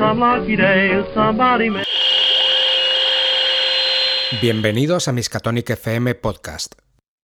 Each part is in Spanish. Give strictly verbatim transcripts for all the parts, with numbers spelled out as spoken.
some lucky day somebody may... Bienvenidos a Miskatonic F M Podcast.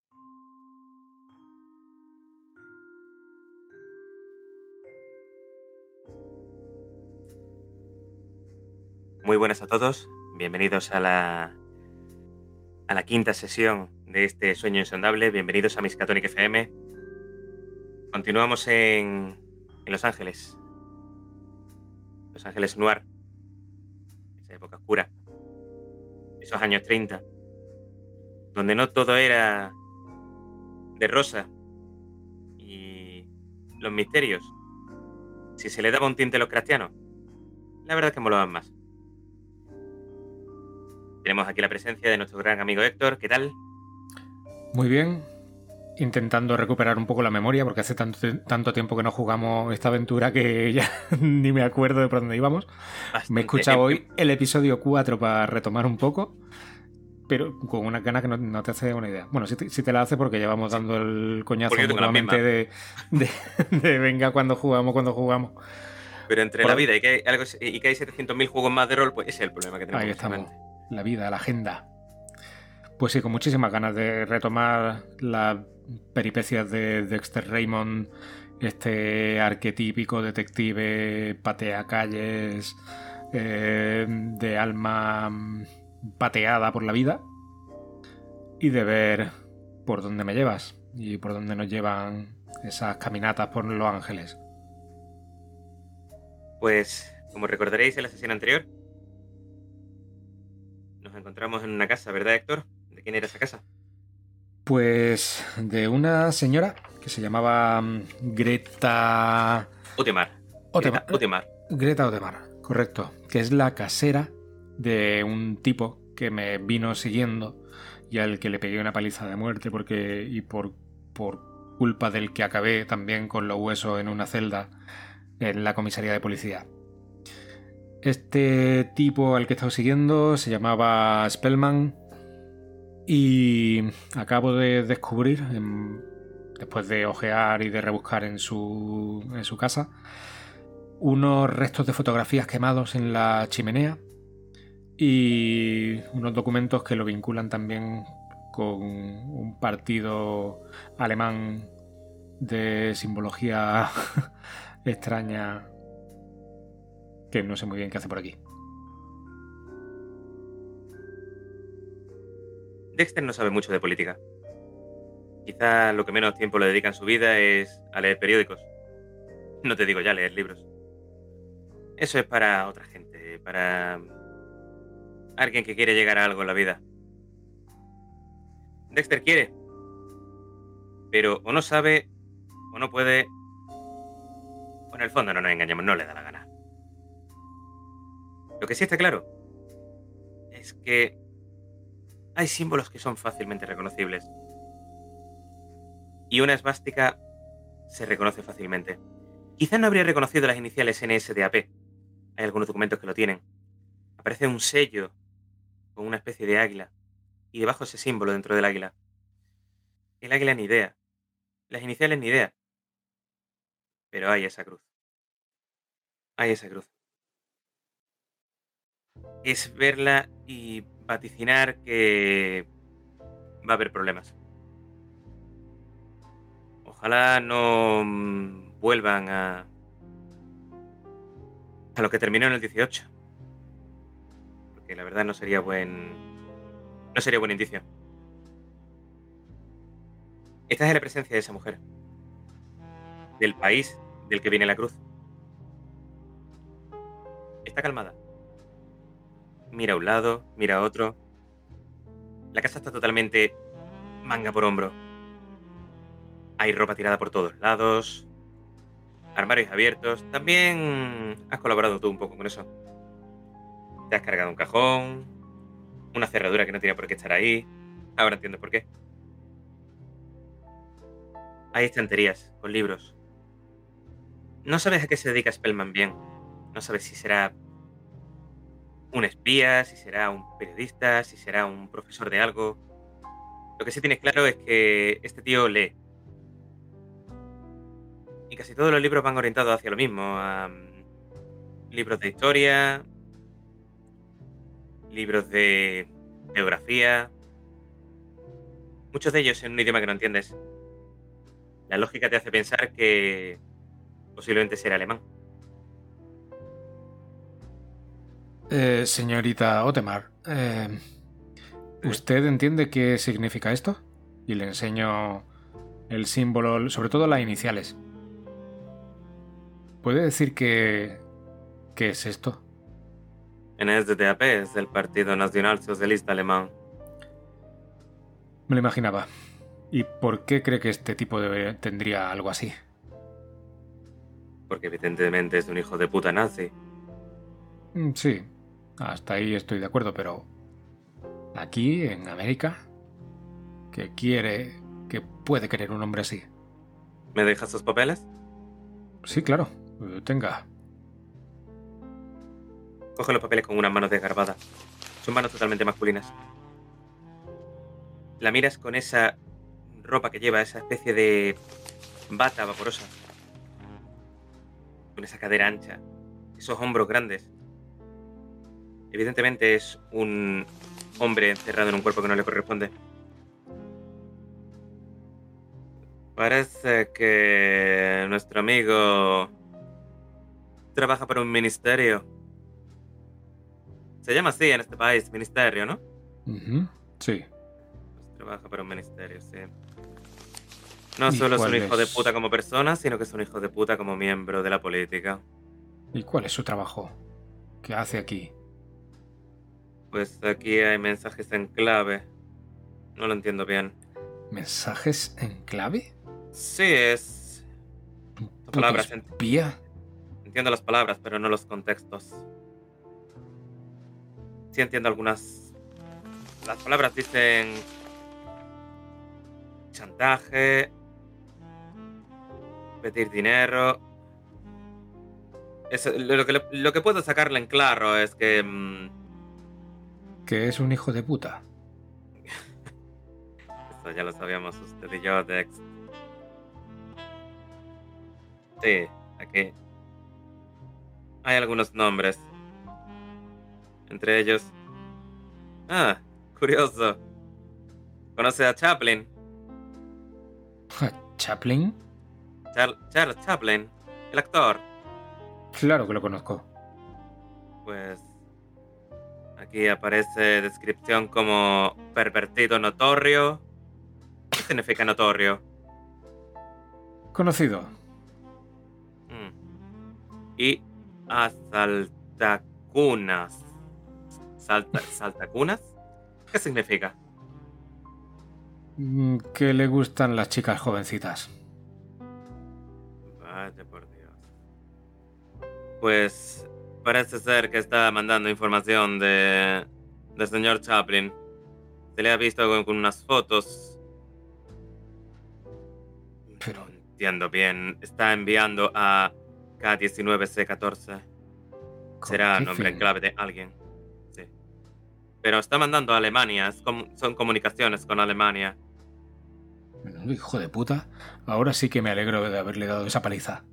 Muy buenas a todos, bienvenidos a la, a la quinta sesión de este Sueño Insondable, bienvenidos a Miskatonic F M. Continuamos en, en Los Ángeles, Los Ángeles Noir, esa época oscura, esos años treinta, donde no todo era de rosa y los misterios, si se le daba un tinte a los cristianos, la verdad es que molaban más. Tenemos aquí la presencia de nuestro gran amigo Héctor. ¿Qué tal? Muy bien. Intentando recuperar un poco la memoria porque hace tanto, tanto tiempo que no jugamos esta aventura que ya ni me acuerdo de por dónde íbamos. Bastante. Me he escuchado hoy el episodio cuatro para retomar un poco, pero con una gana que no, no te hace una idea. Bueno, si te, si te la hace porque llevamos dando el coñazo mutuamente de, de, de venga cuando jugamos, cuando jugamos. Pero entre por la vida y que hay, algo, y que hay setecientos mil juegos más de rol, pues ese es el problema que tenemos. Ahí estamos. La vida, la agenda. Pues sí, con muchísimas ganas de retomar las peripecias de Dexter Raymond, este arquetípico detective patea calles, eh, de alma pateada por la vida, y de ver por dónde me llevas y por dónde nos llevan esas caminatas por Los Ángeles. Pues, como recordaréis en la sesión anterior, nos encontramos en una casa, ¿verdad, Héctor? ¿De quién era esa casa? Pues de una señora que se llamaba Greta... Otemar. Otemar. Greta Otemar. Greta Otemar, correcto. Que es la casera de un tipo que me vino siguiendo y al que le pegué una paliza de muerte porque y por, por culpa del que acabé también con los huesos en una celda en la comisaría de policía. Este tipo al que he estado siguiendo se llamaba Spellman y acabo de descubrir, en, después de ojear y de rebuscar en su, en su casa, unos restos de fotografías quemados en la chimenea y unos documentos que lo vinculan también con un partido alemán de simbología extraña que no sé muy bien qué hace por aquí. Dexter no sabe mucho de política. Quizá lo que menos tiempo le dedica en su vida es a leer periódicos. No te digo ya leer libros. Eso es para otra gente, para alguien que quiere llegar a algo en la vida. Dexter quiere, pero o no sabe, o no puede, o en el fondo no nos engañemos, no le da la gana. Lo que sí está claro es que hay símbolos que son fácilmente reconocibles. Y una esvástica se reconoce fácilmente. Quizá no habría reconocido las iniciales N S D A P. Hay algunos documentos que lo tienen. Aparece un sello con una especie de águila. Y debajo ese símbolo dentro del águila. El águila ni idea. Las iniciales ni idea. Pero hay esa cruz. Hay esa cruz. Es verla y vaticinar que va a haber problemas. Ojalá no vuelvan a a lo que terminó en el dieciocho, porque la verdad no sería buen no sería buen indicio. Estás en la presencia de esa mujer, del país del que viene la cruz. Está calmada. Mira a un lado, mira a otro. La casa está totalmente manga por hombro. Hay ropa tirada por todos lados. Armarios abiertos. También has colaborado tú un poco con eso. Te has cargado un cajón. Una cerradura que no tenía por qué estar ahí. Ahora entiendo por qué. Hay estanterías con libros. No sabes a qué se dedica Spellman bien. No sabes si será un espía, si será un periodista, si será un profesor de algo. Lo que sí tienes claro es que este tío lee. Y casi todos los libros van orientados hacia lo mismo, a libros de historia, libros de geografía, muchos de ellos en un idioma que no entiendes. La lógica te hace pensar que posiblemente sea alemán. Eh, señorita Otemar, eh, ¿usted entiende qué significa esto? Y le enseño el símbolo, sobre todo las iniciales. ¿Puede decir que... qué es esto? N S D A P es del Partido Nacional Socialista Alemán. Me lo imaginaba. ¿Y por qué cree que este tipo de... tendría algo así? Porque evidentemente es un hijo de puta nazi. Mm, Sí, hasta ahí estoy de acuerdo, pero... aquí, en América, ¿qué quiere, qué puede querer un hombre así? ¿Me dejas sus papeles? Sí, claro, eh, tenga. Coge los papeles con unas manos desgarbadas. Son manos totalmente masculinas. La miras con esa ropa que lleva, esa especie de bata vaporosa. Con esa cadera ancha, esos hombros grandes. Evidentemente es un hombre encerrado en un cuerpo que no le corresponde. Parece que nuestro amigo trabaja para un ministerio. Se llama así en este país, ministerio, ¿no? Ujú, sí. Pues trabaja para un ministerio, sí. No ¿Y solo es un cuál hijo de es- puta como persona, sino que es un hijo de puta como miembro de la política. ¿Y cuál es su trabajo? ¿Qué hace aquí? Pues aquí hay mensajes en clave. No lo entiendo bien. ¿Mensajes en clave? Sí, es... ¿Puto palabras, ent- espía? entiendo las palabras, pero no los contextos. Sí entiendo algunas... Las palabras dicen... chantaje... pedir dinero... Eso, lo, que, lo que puedo sacarle en claro es que... mm, ¿Que es un hijo de puta? Esto ya lo sabíamos usted y yo, Dex. Sí, aquí hay algunos nombres. Entre ellos... Ah, curioso. ¿Conoce a Chaplin? ¿Chaplin? Char- Charles Chaplin, el actor. Claro que lo conozco. Pues... aquí aparece descripción como pervertido notorio. ¿Qué significa notorio? Conocido. Mm. Y asaltacunas. Salta, ¿Saltacunas? ¿Qué significa? Mm, Que le gustan las chicas jovencitas. Vaya por Dios. Pues parece ser que está mandando información de del señor Chaplin. Se le ha visto con, con unas fotos. Pero- No entiendo bien. Está enviando a K diecinueve C catorce. ¿Con Será qué nombre en fin? clave de alguien. Sí. Pero está mandando a Alemania. Es com- son comunicaciones con Alemania. Menudo hijo de puta. Ahora sí que me alegro de haberle dado esa paliza.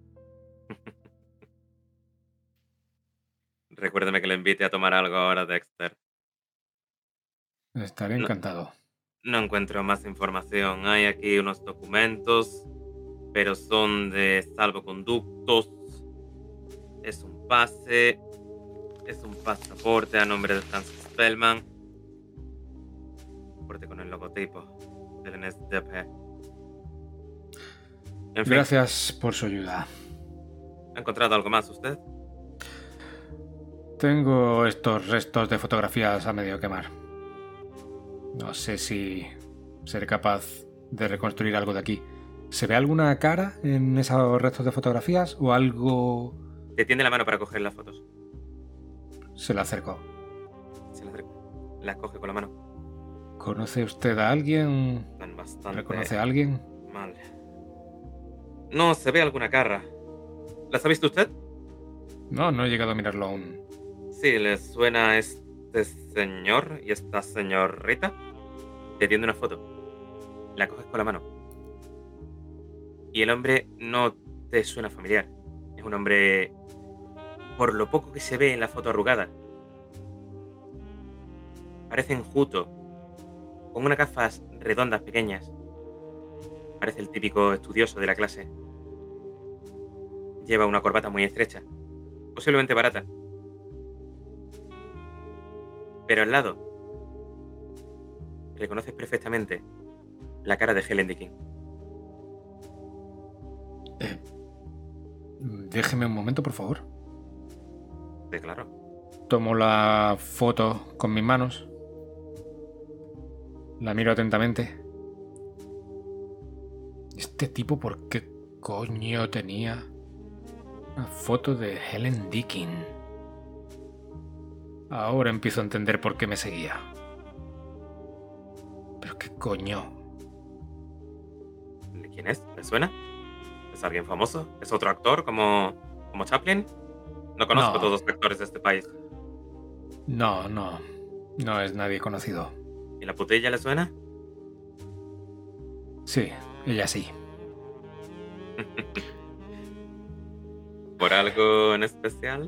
Recuérdeme que le invite a tomar algo ahora, Dexter. Estaré No. encantado. No encuentro más información. Hay aquí unos documentos, pero son de salvoconductos. Es un pase. Es un pasaporte a nombre de Francis Spellman. Pasaporte con el logotipo del N S D A P. En fin, Gracias por su ayuda. ¿ha encontrado algo más usted? Tengo estos restos de fotografías a medio quemar. No sé si seré capaz de reconstruir algo de aquí. ¿Se ve alguna cara en esos restos de fotografías o algo? Te tiende la mano para coger las fotos. Se le acercó. Se las, rec- las coge con la mano. ¿Conoce usted a alguien? Están bastante ¿Reconoce a alguien? mal. No, se ve alguna cara. ¿Las ha visto usted? No, no he llegado a mirarlo aún. Sí, ¿le suena a este señor y esta señorita? Te tiende una foto. La coges con la mano. Y el hombre no te suena familiar. Es un hombre por lo poco que se ve en la foto arrugada, parece enjuto, con unas gafas redondas pequeñas. Parece el típico estudioso de la clase. Lleva una corbata muy estrecha, posiblemente barata. Pero al lado, reconoces perfectamente la cara de Helen Deakin. Eh, déjeme un momento, por favor. Sí, claro. Tomo la foto con mis manos. La miro atentamente. ¿Este tipo por qué coño tenía una foto de Helen Deakin? Ahora empiezo a entender por qué me seguía. ¿Pero qué coño? ¿De quién es? ¿Me suena? ¿Es alguien famoso? ¿Es otro actor como, como Chaplin? No conozco No. a todos los actores de este país. No, no. No es nadie conocido. ¿Y la putilla le suena? Sí, ella sí. ¿Por algo en especial?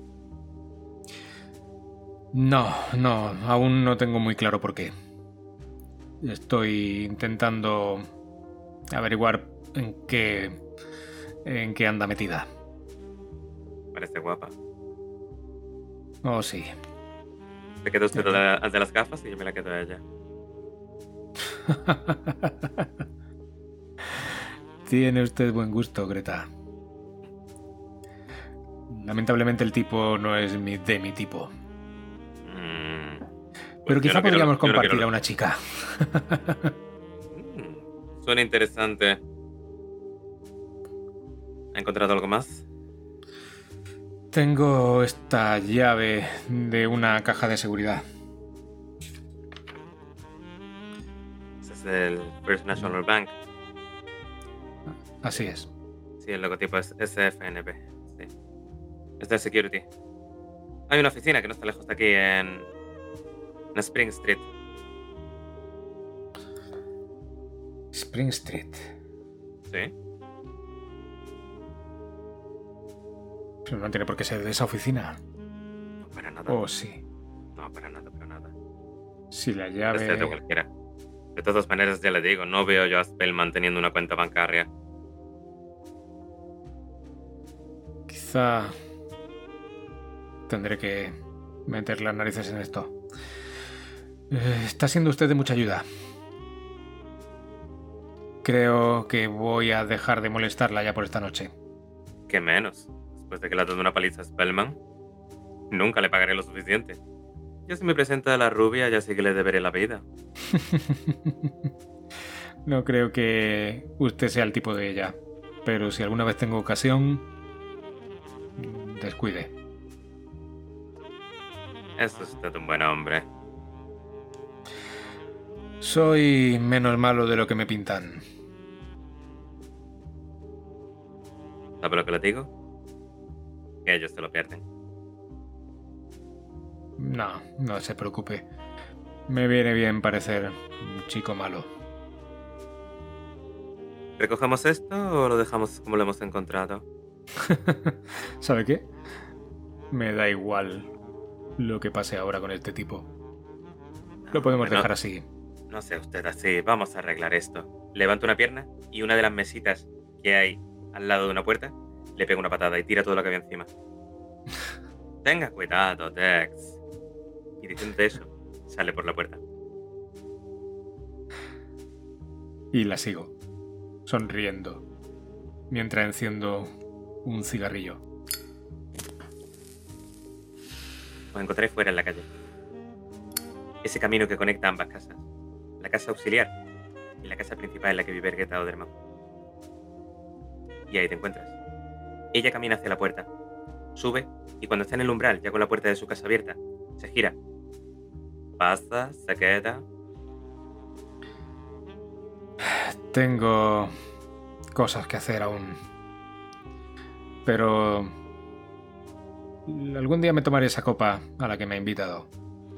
No, no, aún no tengo muy claro por qué. Estoy intentando averiguar en qué en qué anda metida. Parece guapa. Oh, sí. Se queda usted al de las gafas y yo me la quedo a ella. Tiene usted buen gusto, Greta. Lamentablemente el tipo no es mi, de mi tipo. Mm, Pero pues quizá yo no quiero- podríamos yo no compartir quiero- a una chica. Mm, suena interesante. ¿Ha encontrado algo más? Tengo esta llave de una caja de seguridad. Ese es el First National Bank. Así es. Sí, el logotipo es S F N B. Sí. Es de Security. Hay una oficina que no está lejos de aquí en, en Spring Street. Spring Street. Sí. Pero no tiene por qué ser de esa oficina. No, para nada. Oh, sí. No, para nada, para nada. Si la Puede ser de llave... cualquiera. De todas maneras, ya le digo, no veo yo a Spellman teniendo una cuenta bancaria. Quizá tendré que meter las narices en esto. Eh, está siendo usted de mucha ayuda. Creo que voy a dejar de molestarla ya por esta noche. ¿Qué menos? Después de que le ha dado una paliza a Spellman, nunca le pagaré lo suficiente. Ya si me presenta a la rubia, ya sí que le deberé la vida. No creo que usted sea el tipo de ella, pero si alguna vez tengo ocasión, descuide. Es usted un buen hombre. Soy menos malo de lo que me pintan. ¿Sabe lo que le digo? Que ellos se lo pierden. No, no se preocupe. Me viene bien parecer un chico malo. ¿Recogemos esto o lo dejamos como lo hemos encontrado? ¿Sabe qué? Me da igual lo que pase ahora con este tipo. Lo podemos Hombre, dejar no, así. no sea usted así, vamos a arreglar esto. Levanto una pierna y una de las mesitas que hay al lado de una puerta le pega una patada y tira todo lo que había encima. Tenga cuidado, Dex. Y diciendo eso, sale por la puerta. Y la sigo, sonriendo, mientras enciendo un cigarrillo. Os encontré fuera en la calle. Ese camino que conecta ambas casas. La casa auxiliar y la casa principal en la que vive Greta Oderman. Y ahí te encuentras. Ella camina hacia la puerta, sube y cuando está en el umbral, ya con la puerta de su casa abierta, se gira. Pasa, se queda. Tengo cosas que hacer aún. Pero algún día me tomaré esa copa a la que me ha invitado.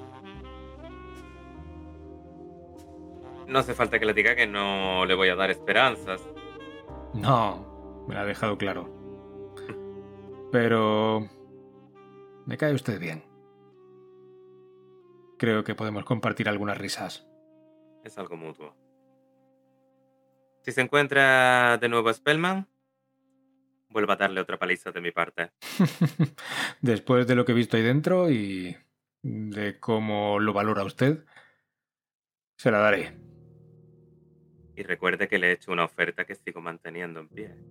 No hace falta que le diga que no le voy a dar esperanzas. No, me lo ha dejado claro. Pero Me cae usted bien. Creo que podemos compartir algunas risas. Es algo mutuo. Si se encuentra de nuevo Spellman, vuelva a darle otra paliza de mi parte. Después de lo que he visto ahí dentro y de cómo lo valora usted, se la daré. Y recuerde que le he hecho una oferta que sigo manteniendo en pie.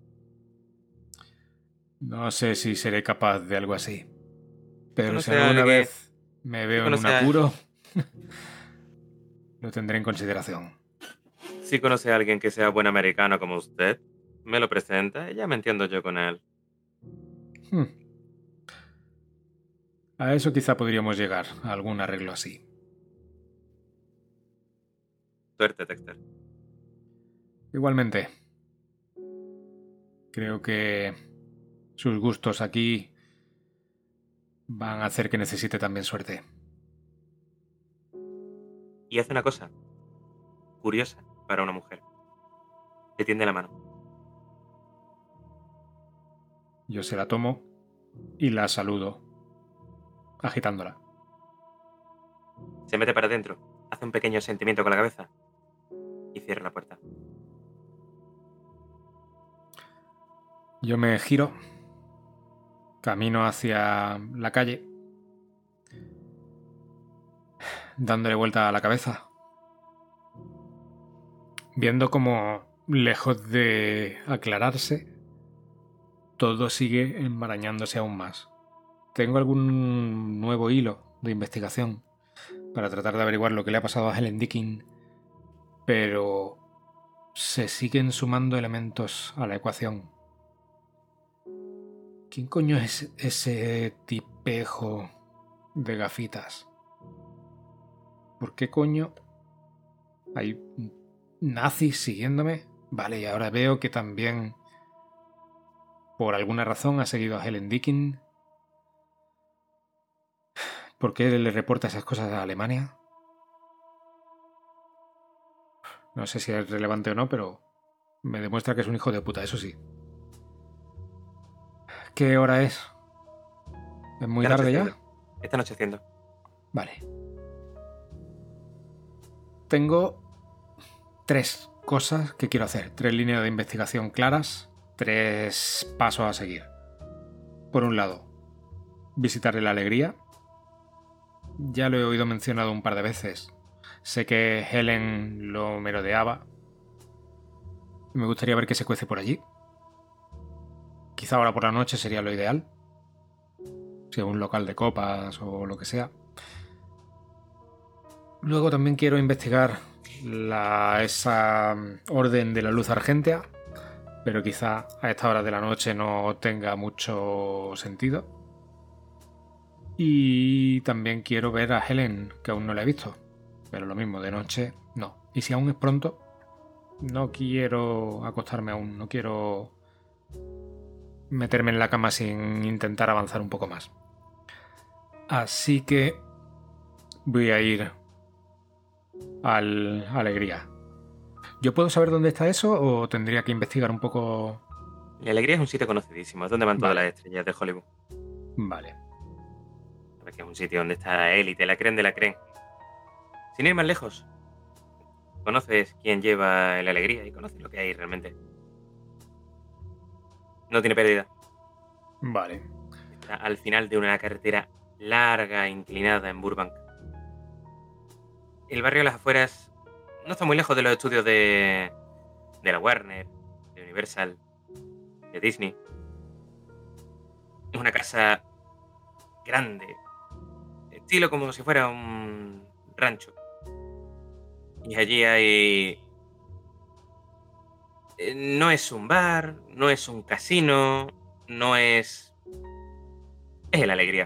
No sé si seré capaz de algo así. Pero si ¿Conoce a alguna alguien- vez me veo en un conoce a- apuro, lo tendré en consideración. Si conoce a alguien que sea buen americano como usted, me lo presenta y ya me entiendo yo con él. Hmm. A eso quizá podríamos llegar, a algún arreglo así. Suerte, Dexter. Igualmente, creo que sus gustos aquí van a hacer que necesite también suerte. Y hace una cosa curiosa para una mujer. Le tiende la mano. Yo se la tomo y la saludo, agitándola. Se mete para adentro, hace un pequeño sentimiento con la cabeza y cierra la puerta. Yo me giro, camino hacia la calle, dándole vuelta a la cabeza, viendo cómo, lejos de aclararse, todo sigue enmarañándose aún más. Tengo algún nuevo hilo de investigación para tratar de averiguar lo que le ha pasado a Helen Dickin, pero se siguen sumando elementos a la ecuación. ¿Quién coño es ese tipejo de gafitas? ¿Por qué coño hay nazis siguiéndome? Vale, y ahora veo que también por alguna razón ha seguido a Helen Dickin. ¿Por qué le reporta esas cosas a Alemania? No sé si es relevante o no, pero me demuestra que es un hijo de puta, eso sí. ¿Qué hora es? ¿Es muy Está tarde ya? anocheciendo. Está anocheciendo. Vale. Tengo tres cosas que quiero hacer. Tres líneas de investigación claras. Tres pasos a seguir. Por un lado, visitarle la alegría. Ya lo he oído mencionado un par de veces. Sé que Helen lo merodeaba. Me gustaría ver qué se cuece por allí. Quizá ahora por la noche sería lo ideal. Si es un local de copas o lo que sea. Luego también quiero investigar la, esa orden de la luz argentea, pero quizá a esta hora de la noche no tenga mucho sentido. Y también quiero ver a Helen, que aún no la he visto, pero lo mismo, de noche no. Y si aún es pronto, no quiero acostarme aún, no quiero meterme en la cama sin intentar avanzar un poco más. Así que voy a ir al Alegría. ¿Yo puedo saber dónde está eso o tendría que investigar un poco? La alegría es un sitio conocidísimo, es donde van todas Vale. las estrellas de Hollywood. Vale. Sabes que es un sitio donde está la élite, la creen de la creen. Sin ir más lejos, conoces quién lleva la alegría y conoces lo que hay realmente. No tiene pérdida. Vale. Está al final de una carretera larga e inclinada en Burbank. El barrio de las afueras no está muy lejos de los estudios de, de la Warner, de Universal, de Disney. Es una casa grande, estilo como si fuera un rancho. Y allí hay... eh, No es un bar, no es un casino, no es... Es el Alegría.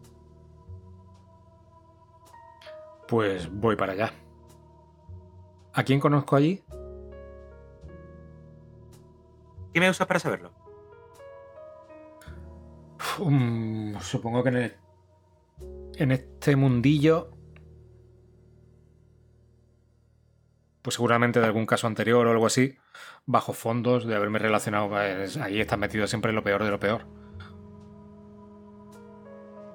Pues voy para allá. ¿A quién conozco allí? ¿Qué me usas para saberlo? Um, supongo que en, el, en este mundillo, pues seguramente de algún caso anterior o algo así, bajo fondos de haberme relacionado, pues, ahí está metido siempre lo peor de lo peor.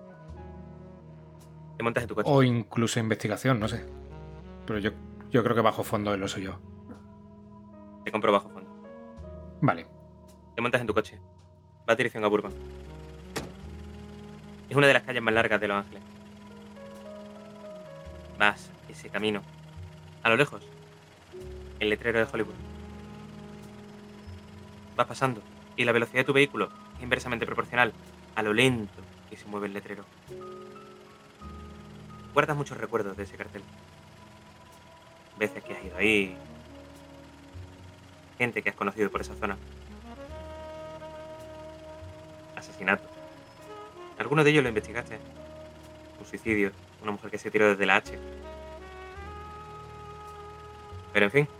Te montas en tu coche. O incluso investigación, no sé. Pero yo, yo creo que bajo fondo es lo suyo. Te compro bajo fondo. Vale. Te montas en tu coche. Vas dirección a Burbank. Es una de las calles más largas de Los Ángeles. Vas ese camino. A lo lejos, el letrero de Hollywood. Vas pasando y la velocidad de tu vehículo es inversamente proporcional a lo lento que se mueve el letrero. Guardas muchos recuerdos de ese cartel. Veces que has ido ahí. Gente que has conocido por esa zona. Asesinatos. Algunos de ellos lo investigaste. Un suicidio. Una mujer que se tiró desde la H. Pero en fin.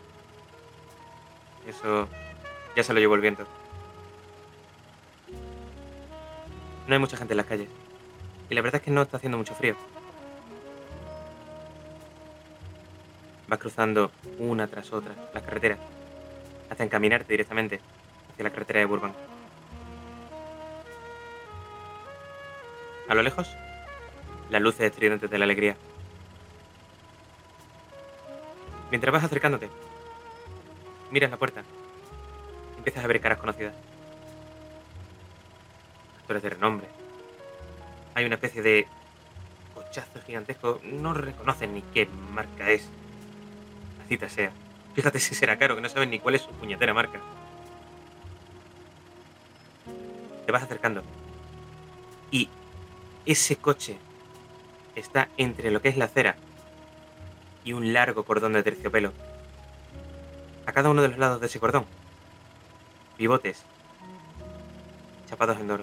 Eso ya se lo llevó el viento. No hay mucha gente en las calles. Y la verdad es que no está haciendo mucho frío. Vas cruzando una tras otra las carreteras hasta encaminarte directamente hacia la carretera de Burbank. A lo lejos, las luces estridentes de la alegría. Mientras vas acercándote, miras la puerta y empiezas a ver caras conocidas. Actores de renombre. Hay una especie de cochazo gigantesco. No reconocen ni qué marca es. La cita sea. Fíjate si será caro, que no saben ni cuál es su puñetera marca. Te vas acercando. Y ese coche está entre lo que es la acera y un largo cordón de terciopelo. A cada uno de los lados de ese cordón, pivotes chapados en oro.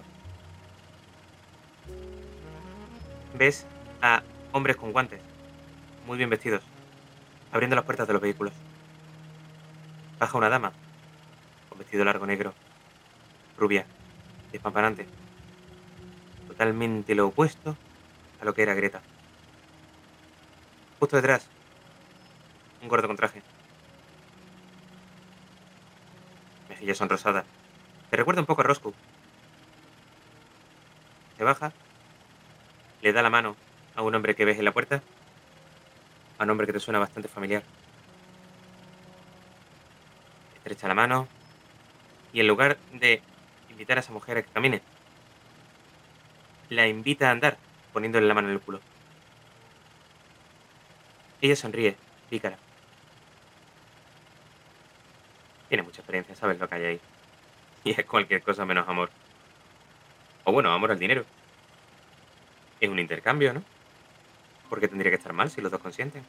Ves a hombres con guantes, muy bien vestidos, abriendo las puertas de los vehículos. Baja una dama, con vestido largo negro, rubia, despampanante. Totalmente lo opuesto a lo que era Greta. Justo detrás, un gordo con traje. Mejillas sonrosadas. Te recuerda un poco a Roscoe. Se baja, le da la mano a un hombre que ves en la puerta, a un hombre que te suena bastante familiar. Estrecha la mano y en lugar de invitar a esa mujer a que camine, la invita a andar, poniéndole la mano en el culo. Ella sonríe, pícara. Tiene mucha experiencia, sabes lo que hay ahí. Y es cualquier cosa menos amor. O bueno, amor al dinero. Es un intercambio, ¿no? ¿Por qué tendría que estar mal si los dos consienten?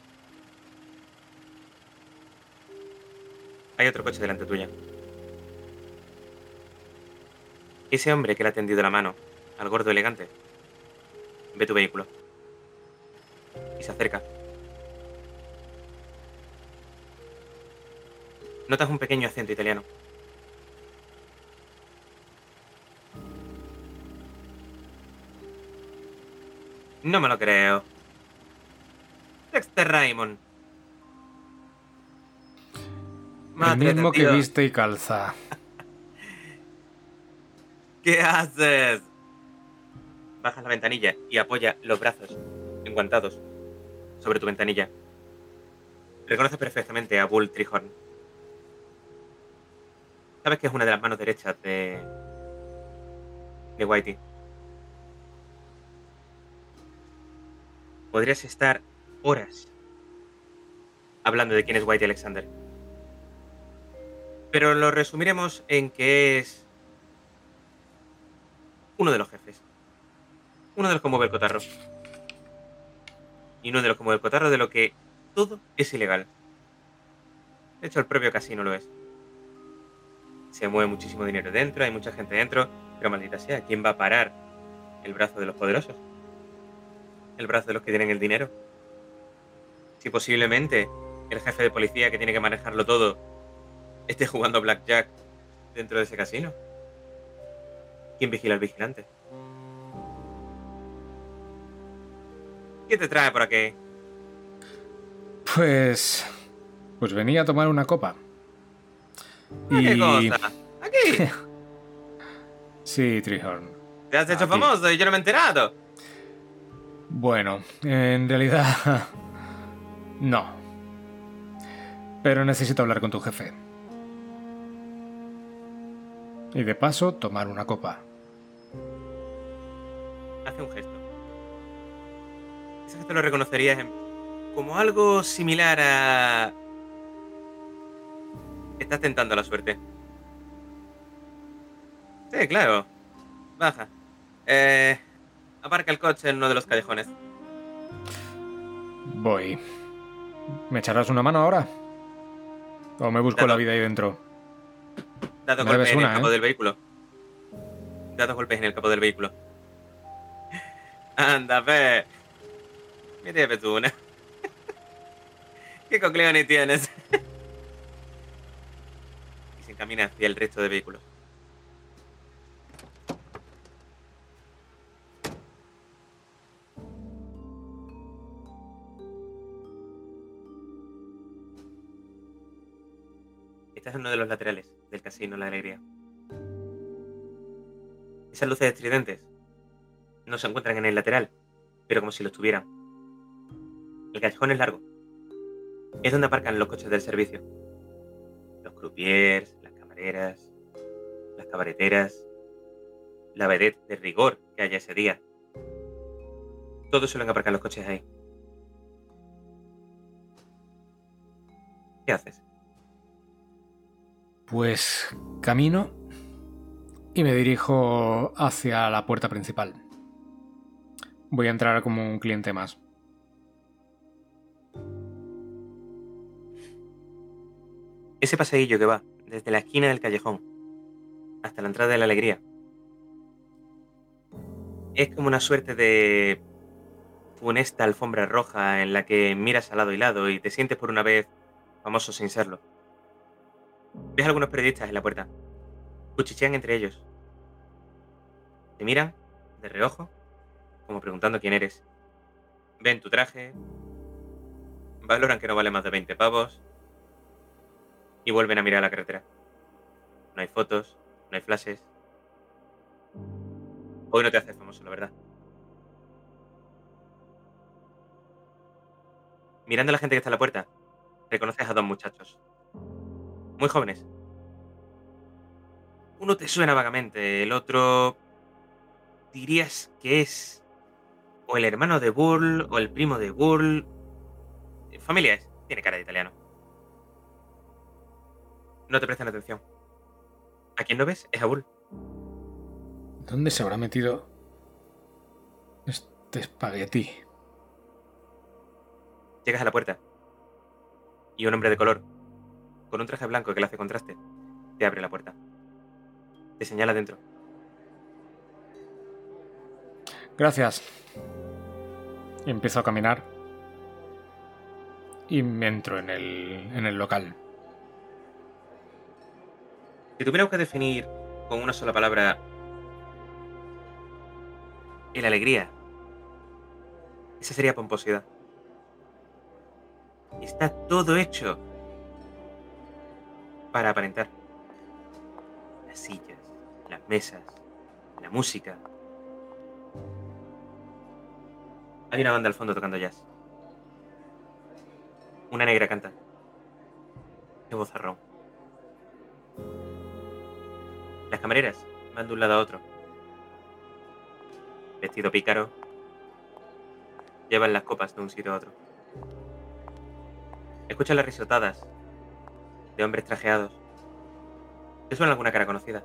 Hay otro coche delante tuya. Ese hombre que le ha tendido la mano al gordo elegante ve tu vehículo y se acerca. Notas un pequeño acento italiano. No me lo creo. Dexter Raymond. El Madre mismo de que Dios. viste y calza. ¿Qué haces? Bajas la ventanilla y apoya los brazos enguantados sobre tu ventanilla. Reconoces perfectamente a Bull Trihorn. Sabes que es una de las manos derechas de... de Whitey. Podrías estar horas hablando de quién es Whitey Alexander. Pero lo resumiremos en que es uno de los jefes. Uno de los que mueve el cotarro. Y uno de los que mueve el cotarro de lo que todo es ilegal. De hecho, el propio casino lo es. Se mueve muchísimo dinero dentro, hay mucha gente dentro, pero maldita sea, ¿quién va a parar el brazo de los poderosos? El brazo de los que tienen el dinero. Si posiblemente el jefe de policía que tiene que manejarlo todo esté jugando blackjack dentro de ese casino. ¿Quién vigila al vigilante? ¿Qué te trae por aquí? Pues... Pues venía a tomar una copa. ¿A qué Y... cosa? ¿Aquí? Sí, Trihorn. ¿Te has hecho Aquí. famoso y yo no me he enterado? Bueno, en realidad no. Pero necesito hablar con tu jefe. Y de paso, tomar una copa. Hace un gesto. Ese gesto lo reconocerías en- como algo similar a... Estás tentando la suerte. Sí, claro. Baja. Eh, aparca el coche en uno de los callejones. Voy. ¿Me echarás una mano ahora? ¿O me busco Da la dos, vida ahí dentro? da dos Me golpes debes en el una, capó ¿eh? del vehículo. Da dos golpes en el capó del vehículo. Anda, ve. Me debes tú una. ¿Qué cocleones tienes? Y se encamina hacia el resto de vehículos. Estás en uno de los laterales del casino La Alegría. Esas luces estridentes no se encuentran en el lateral, pero como si lo estuvieran. El callejón es largo. Es donde aparcan los coches del servicio. Los croupiers, las camareras, las cabareteras, la vedette de rigor que haya ese día. Todos suelen aparcar los coches ahí. ¿Qué haces? Pues camino y me dirijo hacia la puerta principal. Voy a entrar como un cliente más. Ese paseillo que va desde la esquina del callejón hasta la entrada de La Alegría es como una suerte de funesta alfombra roja en la que miras al lado y lado y te sientes por una vez famoso sin serlo. Ves a algunos periodistas en la puerta. Cuchichean entre ellos. Te miran de reojo, como preguntando quién eres. Ven tu traje, valoran que no vale más de veinte pavos y vuelven a mirar a la carretera. No hay fotos, no hay flashes. Hoy no te haces famoso, la verdad. Mirando a la gente que está en la puerta, reconoces a dos muchachos. Muy jóvenes. Uno te suena vagamente, el otro dirías que es o el hermano de Burl o el primo de Burl. Familia es, tiene cara de italiano. No te prestan atención. ¿A quién no ves? Es a Burl. ¿Dónde se habrá metido este espagueti? Llegas a la puerta y un hombre de color, con un traje blanco que le hace contraste, te abre la puerta. Te señala dentro. Gracias. Y empiezo a caminar. Y me entro en el, en el local. Si tuviéramos que definir con una sola palabra el alegría, esa sería pomposidad. Está todo hecho para aparentar. Las sillas, las mesas, la música. Hay una banda al fondo tocando jazz. Una negra canta. Qué vozarrón. Las camareras van de un lado a otro. Vestido pícaro. Llevan las copas de un sitio a otro. Escuchan las risotadas de hombres trajeados. ¿Te suena alguna cara conocida?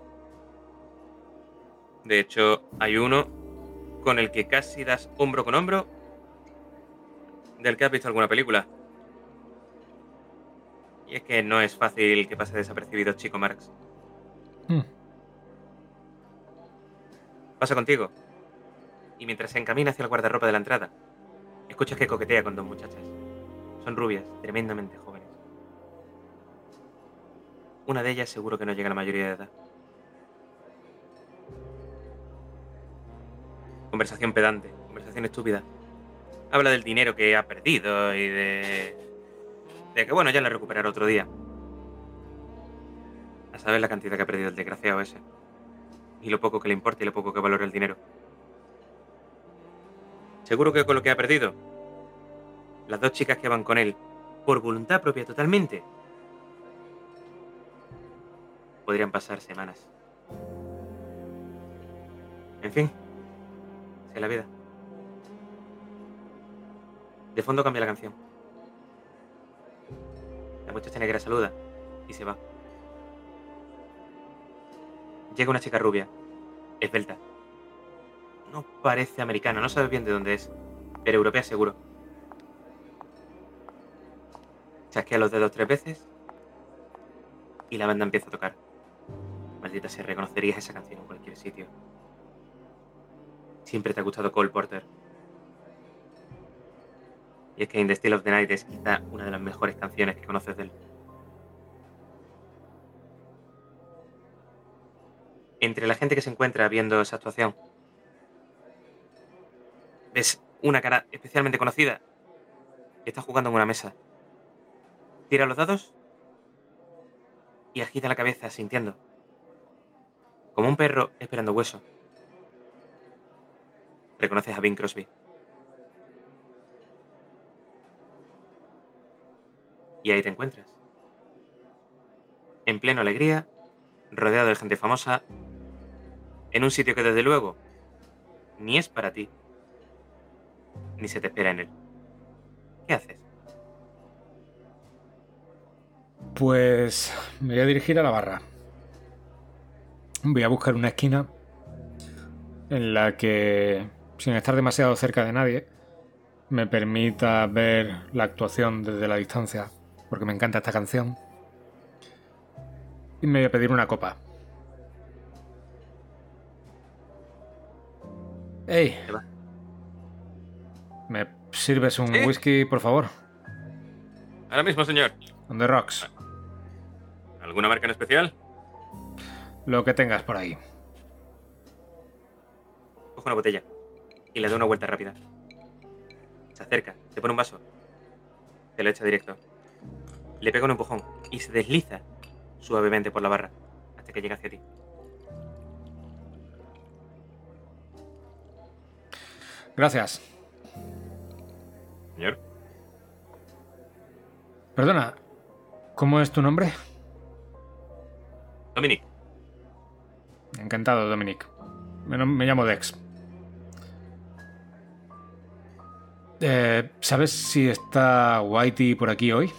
De hecho, hay uno con el que casi das hombro con hombro, del que has visto alguna película. Y es que no es fácil que pase desapercibido Chico Marx. Hmm. Pasa contigo. Y mientras se encamina hacia el guardarropa de la entrada, escuchas que coquetea con dos muchachas. Son rubias, tremendamente jóvenes. Una de ellas seguro que no llega a la mayoría de edad. Conversación pedante, conversación estúpida. Habla del dinero que ha perdido y de... de que bueno, ya lo recuperará otro día. A saber la cantidad que ha perdido el desgraciado ese. Y lo poco que le importa y lo poco que valora el dinero. Seguro que con lo que ha perdido, las dos chicas que van con él, por voluntad propia totalmente, podrían pasar semanas. En fin, así es la vida. De fondo cambia la canción. La muchacha negra saluda y se va. Llega una chica rubia, esbelta. No parece americana, no sabes bien de dónde es, pero europea seguro. Chasquea los dedos tres veces y la banda empieza a tocar. Maldita sea, reconocerías esa canción en cualquier sitio. Siempre te ha gustado Cole Porter. Y es que In the Still of the Night es quizá una de las mejores canciones que conoces de él. Entre la gente que se encuentra viendo esa actuación, ves una cara especialmente conocida que está jugando en una mesa. Tira los dados y agita la cabeza sintiendo, como un perro esperando hueso. Reconoces a Bing Crosby. Y ahí te encuentras. En plena alegría, rodeado de gente famosa, en un sitio que desde luego ni es para ti, ni se te espera en él. ¿Qué haces? Pues me voy a dirigir a la barra. Voy a buscar una esquina en la que, sin estar demasiado cerca de nadie, me permita ver la actuación desde la distancia, porque me encanta esta canción. Y me voy a pedir una copa. ¡Ey! ¿Te va? ¿Me sirves un ¿Sí? whisky, por favor? Ahora mismo, señor. On the rocks. ¿Alguna marca en especial? Lo que tengas por ahí. Coge una botella y le da una vuelta rápida. Se acerca, te pone un vaso, te lo echa directo. Le pega un empujón y se desliza suavemente por la barra hasta que llega hacia ti. Gracias. Señor. Perdona, ¿cómo es tu nombre? Dominic. Encantado, Dominic. Me, nom- me llamo Dex. Eh, ¿Sabes si está Whitey por aquí hoy?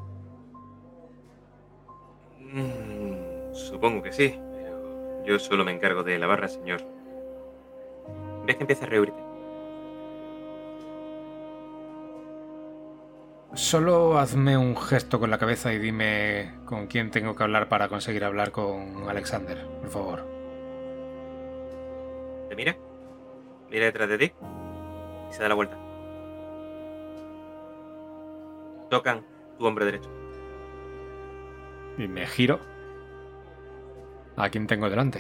Mm, supongo que sí, pero yo solo me encargo de la barra, señor. Ves que empieza a reírte. Solo hazme un gesto con la cabeza y dime con quién tengo que hablar para conseguir hablar con Alexander, por favor. Te mira, mira detrás de ti y se da la vuelta. Tocan tu hombro derecho. Y me giro. ¿A quién tengo delante?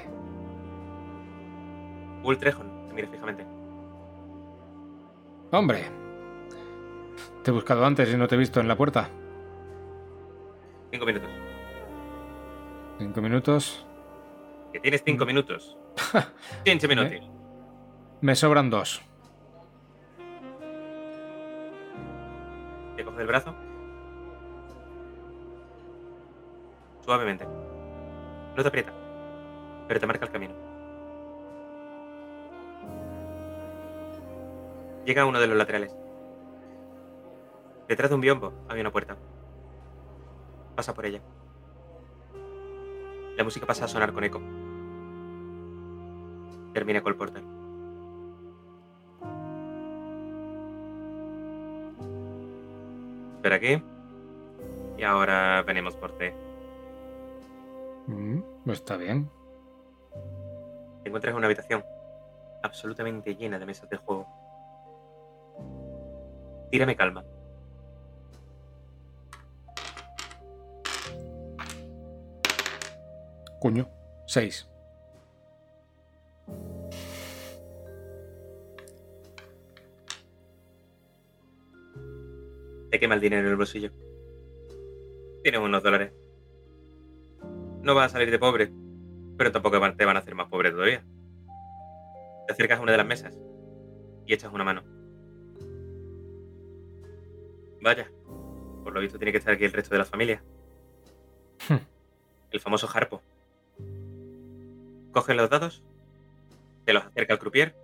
Bull Trejon te mira fijamente. ¡Hombre! Te he buscado antes y no te he visto en la puerta. Cinco minutos. Cinco minutos. Que tienes cinco minutos. quince minutos. Me sobran dos. Te coge el brazo. Suavemente. No te aprieta, pero te marca el camino. Llega a uno de los laterales. Detrás de un biombo había una puerta. Pasa por ella. La música pasa a sonar con eco. Termina Cole Porter. Espera aquí. Y ahora venimos por ti. Mm, pues está bien. Te encuentras en una habitación absolutamente llena de mesas de juego. Tírame calma. Coño. Seis. Te quema el dinero en el bolsillo. Tienes unos dólares. No vas a salir de pobre, pero tampoco te van a hacer más pobre todavía. Te acercas a una de las mesas y echas una mano. Vaya, por lo visto tiene que estar aquí el resto de la familia. Hmm. El famoso Harpo. Coge los dados, te los acerca al croupier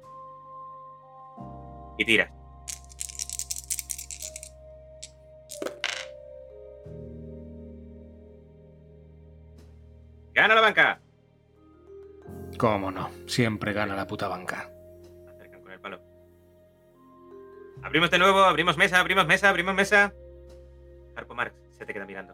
y tiras. ¡Gana la banca! Cómo no, siempre gana la puta banca. Acercan con el palo. Abrimos de nuevo, abrimos mesa, abrimos mesa, abrimos mesa. Harpo Marx se te queda mirando.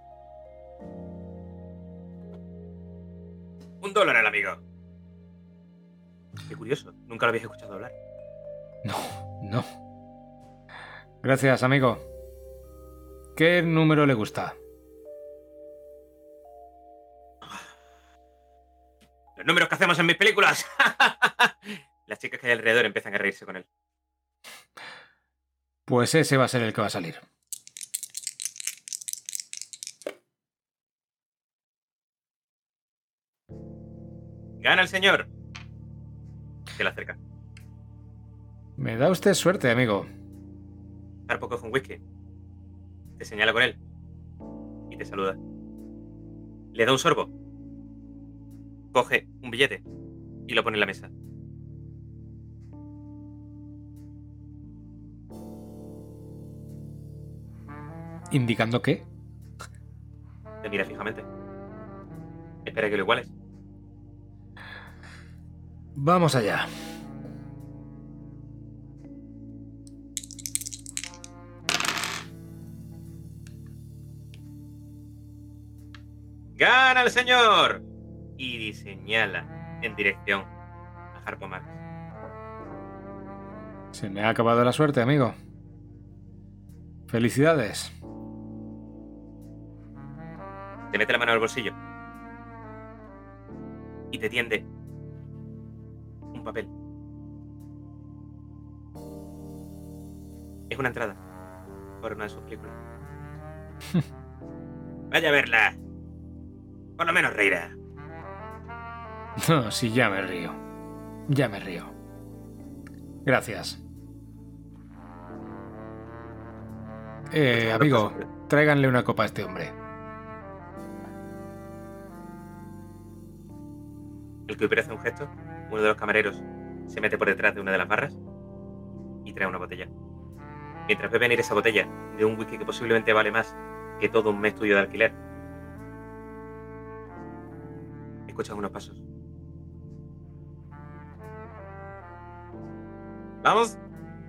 Un dólar al amigo. Qué curioso, nunca lo habías escuchado hablar. No, no. Gracias, amigo. ¿Qué número le gusta? Los números que hacemos en mis películas. Las chicas que hay alrededor empiezan a reírse con él. Pues ese va a ser el que va a salir. Gana el señor. Se le acerca. Me da usted suerte, amigo. Harpo coge un whisky. Te señala con él. Y te saluda. Le da un sorbo. Coge un billete y lo pone en la mesa. ¿Indicando qué? Te mira fijamente. Espera que lo iguales. Vamos allá. ¡Gana el señor! Y señala en dirección a Harpo Marx. Se me ha acabado la suerte, amigo. Felicidades. Te mete la mano al bolsillo y te tiende un papel. Es una entrada por una de sus películas. Vaya a verla. Por lo menos reirá. No, sí, ya me río. Ya me río. Gracias. Eh, amigo, tráiganle una copa a este hombre. El que hace un gesto, uno de los camareros se mete por detrás de una de las barras y trae una botella. Mientras ve venir esa botella de un whisky que posiblemente vale más que todo un mes tuyo de alquiler, escuchas unos pasos. ¿Vamos?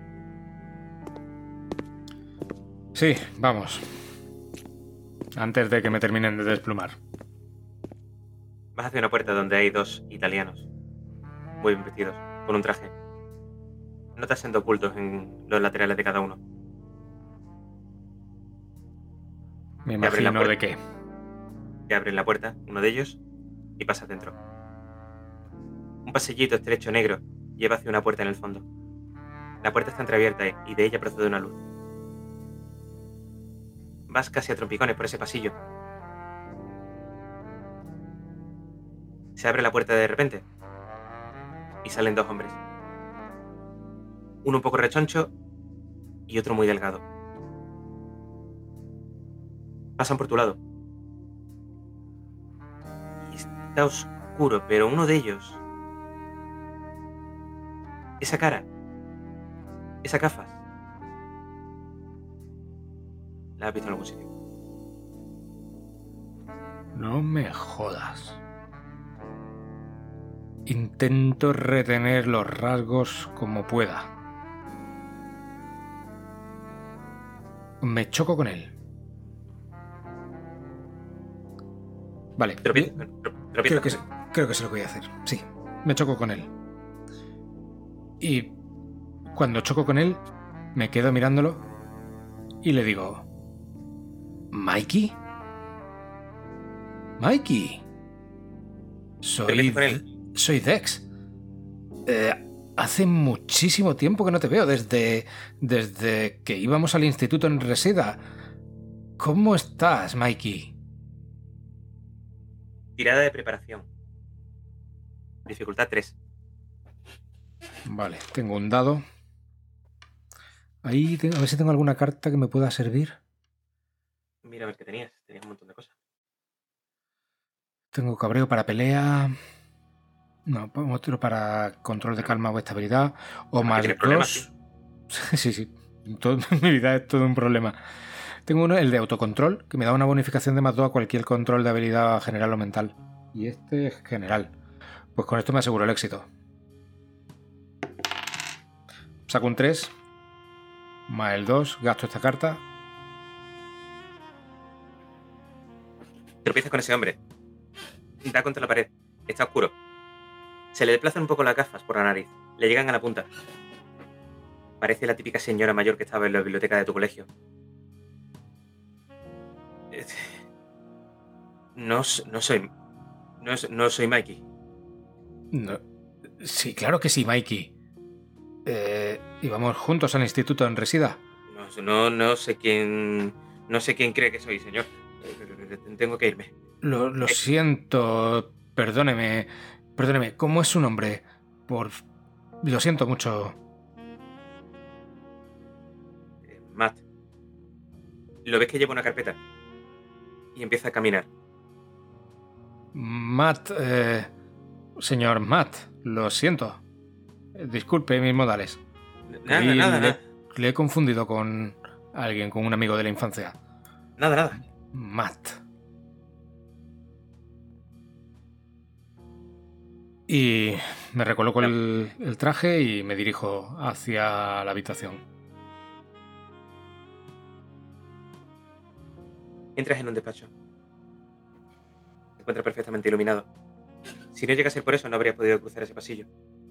Sí, vamos. Antes de que me terminen de desplumar. Vas hacia una puerta donde hay dos italianos, muy bien vestidos, con un traje. Notas sendos ocultos en los laterales de cada uno. Me Te abren la imagino puerta. de qué. Te abren la puerta, uno de ellos, y pasas dentro. Un pasillito estrecho negro lleva hacia una puerta en el fondo. La puerta está entreabierta y de ella procede una luz. Vas casi a trompicones por ese pasillo. Se abre la puerta de repente y salen dos hombres. Uno un poco rechoncho y otro muy delgado. Pasan por tu lado. Y está oscuro, pero uno de ellos... Esa cara. Esa gafas. ¿La has visto en algún sitio? No me jodas. Intento retener los rasgos como pueda. Me choco con él. Vale. Tropieza. Creo que, creo que sé lo que voy a hacer. Sí, me choco con él. Y cuando choco con él, me quedo mirándolo y le digo... ¿Mikey? ¿Mikey? Soy... con él? Soy Dex. Eh, hace muchísimo tiempo que no te veo, desde, desde que íbamos al instituto en Reseda. ¿Cómo estás, Mikey? Tirada de preparación. Dificultad tres. Vale, tengo un dado. Ahí, tengo, a ver si tengo alguna carta que me pueda servir. mira a ver qué tenías. Tenías un montón de cosas. Tengo cabreo para pelea. No, otro para control de calma o estabilidad. O más ¿Tienes problemas, dos. sí? Sí, sí. Todo, mi vida es todo un problema. Tengo uno, el de autocontrol, que me da una bonificación de más dos a cualquier control de habilidad general o mental. Y este es general. Pues con esto me aseguro el éxito. Saco un tres. Más el dos. Gasto esta carta. Tropiezas con ese hombre. Da contra la pared. Está oscuro. Se le desplazan un poco las gafas por la nariz. Le llegan a la punta. Parece la típica señora mayor que estaba en la biblioteca de tu colegio. No, no soy... No, no soy Mikey. No. Sí, claro que sí, Mikey. Eh, íbamos juntos al instituto en Resida. No, no, no sé quién... No sé quién cree que soy, señor. Tengo que irme. Lo, lo siento. Perdóneme. Perdóneme. ¿Cómo es su nombre? Por... Lo siento mucho. Eh, Matt. ¿Lo ves que lleva una carpeta? Y empieza a caminar. Matt... Eh, señor Matt. Lo siento. Disculpe mis modales. Nada, Creí- nada, le, nada. le he confundido con alguien, con un amigo de la infancia. Nada, nada. Matt. Y me recoloco el, el traje y me dirijo hacia la habitación. Entras en un despacho. Se encuentra perfectamente iluminado. Si no llega a ser por eso, no habrías podido cruzar ese pasillo.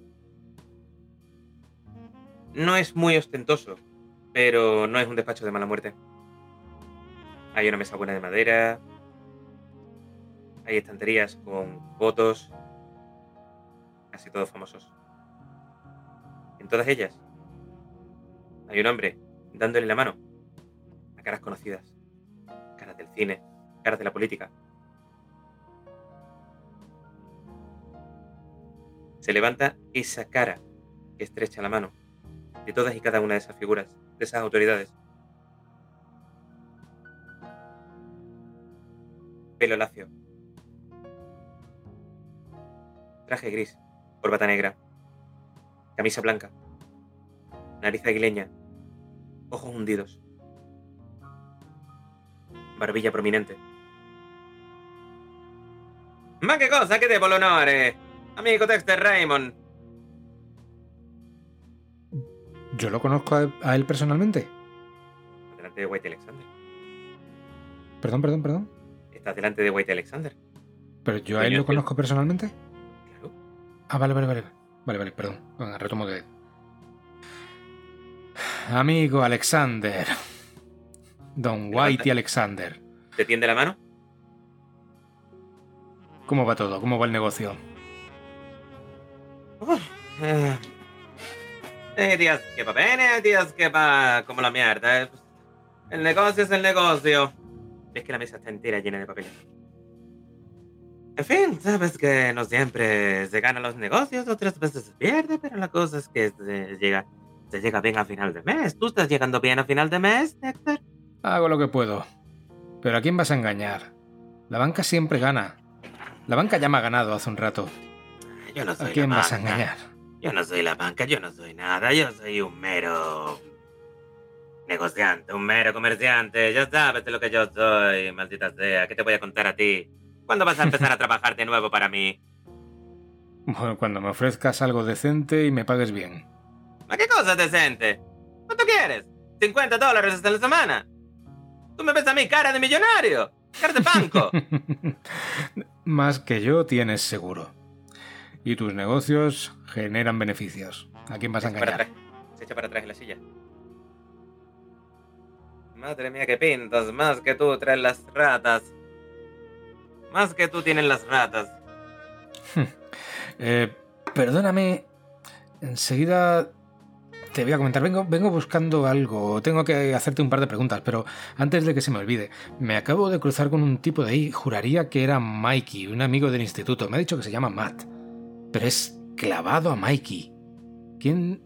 No es muy ostentoso, pero no es un despacho de mala muerte. Hay una mesa buena de madera. Hay estanterías con fotos. Casi todos famosos. En todas ellas hay un hombre dándole la mano a caras conocidas. Caras del cine, caras de la política. Se levanta esa cara que estrecha la mano de todas y cada una de esas figuras, de esas autoridades. Pelo lacio. Traje gris, corbata negra, camisa blanca, nariz aguileña, ojos hundidos, barbilla prominente. Ma che cosa, che devo l'onore, amico Dexter Raymond. ¿Yo lo conozco a, a él personalmente? Delante de White Alexander. Perdón, perdón, perdón. Estás delante de White Alexander. ¿Pero yo a él Coño, lo tío. conozco personalmente? Claro. Ah, vale, vale, vale. Vale, vale, perdón. Venga, retomo de... Amigo Alexander. Don Levanta. Whitey Alexander. ¿Te tiende la mano? ¿Cómo va todo? ¿Cómo va el negocio? Uh, eh, hay días que va bene, hay días que va como la mierda. eh. El negocio es el negocio. Ves que la mesa está entera llena de papeles. En fin, sabes que no siempre se ganan los negocios, otras veces se pierde, pero la cosa es que se llega, se llega bien a final de mes. ¿Tú estás llegando bien a final de mes, Dexter? Hago lo que puedo. Pero ¿a quién vas a engañar? La banca siempre gana. La banca ya me ha ganado hace un rato. Yo no soy ¿A quién la vas a banca. engañar? Yo no soy la banca, yo no soy nada, yo soy un mero negociante, un mero comerciante. Ya sabes de lo que yo soy, maldita sea. ¿Qué te voy a contar a ti? ¿Cuándo vas a empezar a trabajar de nuevo para mí? Bueno, cuando me ofrezcas algo decente y me pagues bien. ¿A qué cosa decente? ¿Cuánto quieres? ¿cincuenta dólares a la semana? ¿Tú me ves a mí cara de millonario? ¿Cara de banco? Más que yo tienes seguro. Y tus negocios generan beneficios. ¿A quién vas a Se echa para engañar? atrás. Se echa para atrás en la silla. Madre mía, qué pintas. Más que tú traes las ratas. Más que tú tienen las ratas. Eh, perdóname. Enseguida te voy a comentar. Vengo, vengo buscando algo. Tengo que hacerte un par de preguntas, pero antes de que se me olvide, me acabo de cruzar con un tipo de ahí. Juraría que era Mikey, un amigo del instituto. Me ha dicho que se llama Matt. Pero es clavado a Mikey. ¿Quién...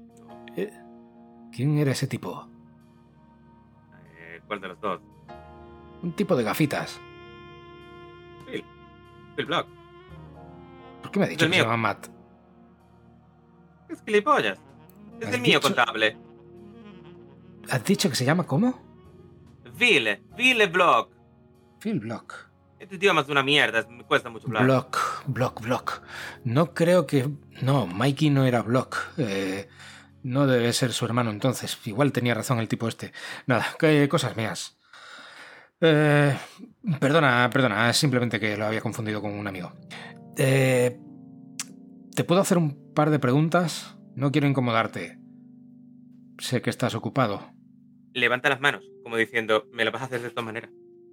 eh, ¿Quién era ese tipo? Eh, ¿Cuál de los dos? Un tipo de gafitas. Phil. Phil Block. ¿Por qué me ha dicho El que se mío. llama Matt? Es gilipollas. Es ¿Has el mío dicho- contable. ¿Has dicho que se llama cómo? Phil. Phil Block. Phil Block. Este idioma es una mierda. Me cuesta mucho hablar. Block, Block, Block. No creo que... No, Mikey no era Block. Eh, no debe ser su hermano entonces. Igual tenía razón el tipo este. Nada, que cosas mías. Eh, perdona, perdona. Es simplemente que lo había confundido con un amigo. Eh, ¿Te puedo hacer un par de preguntas? No quiero incomodarte. Sé que estás ocupado. Levanta las manos, como diciendo, me lo vas a hacer de todas maneras.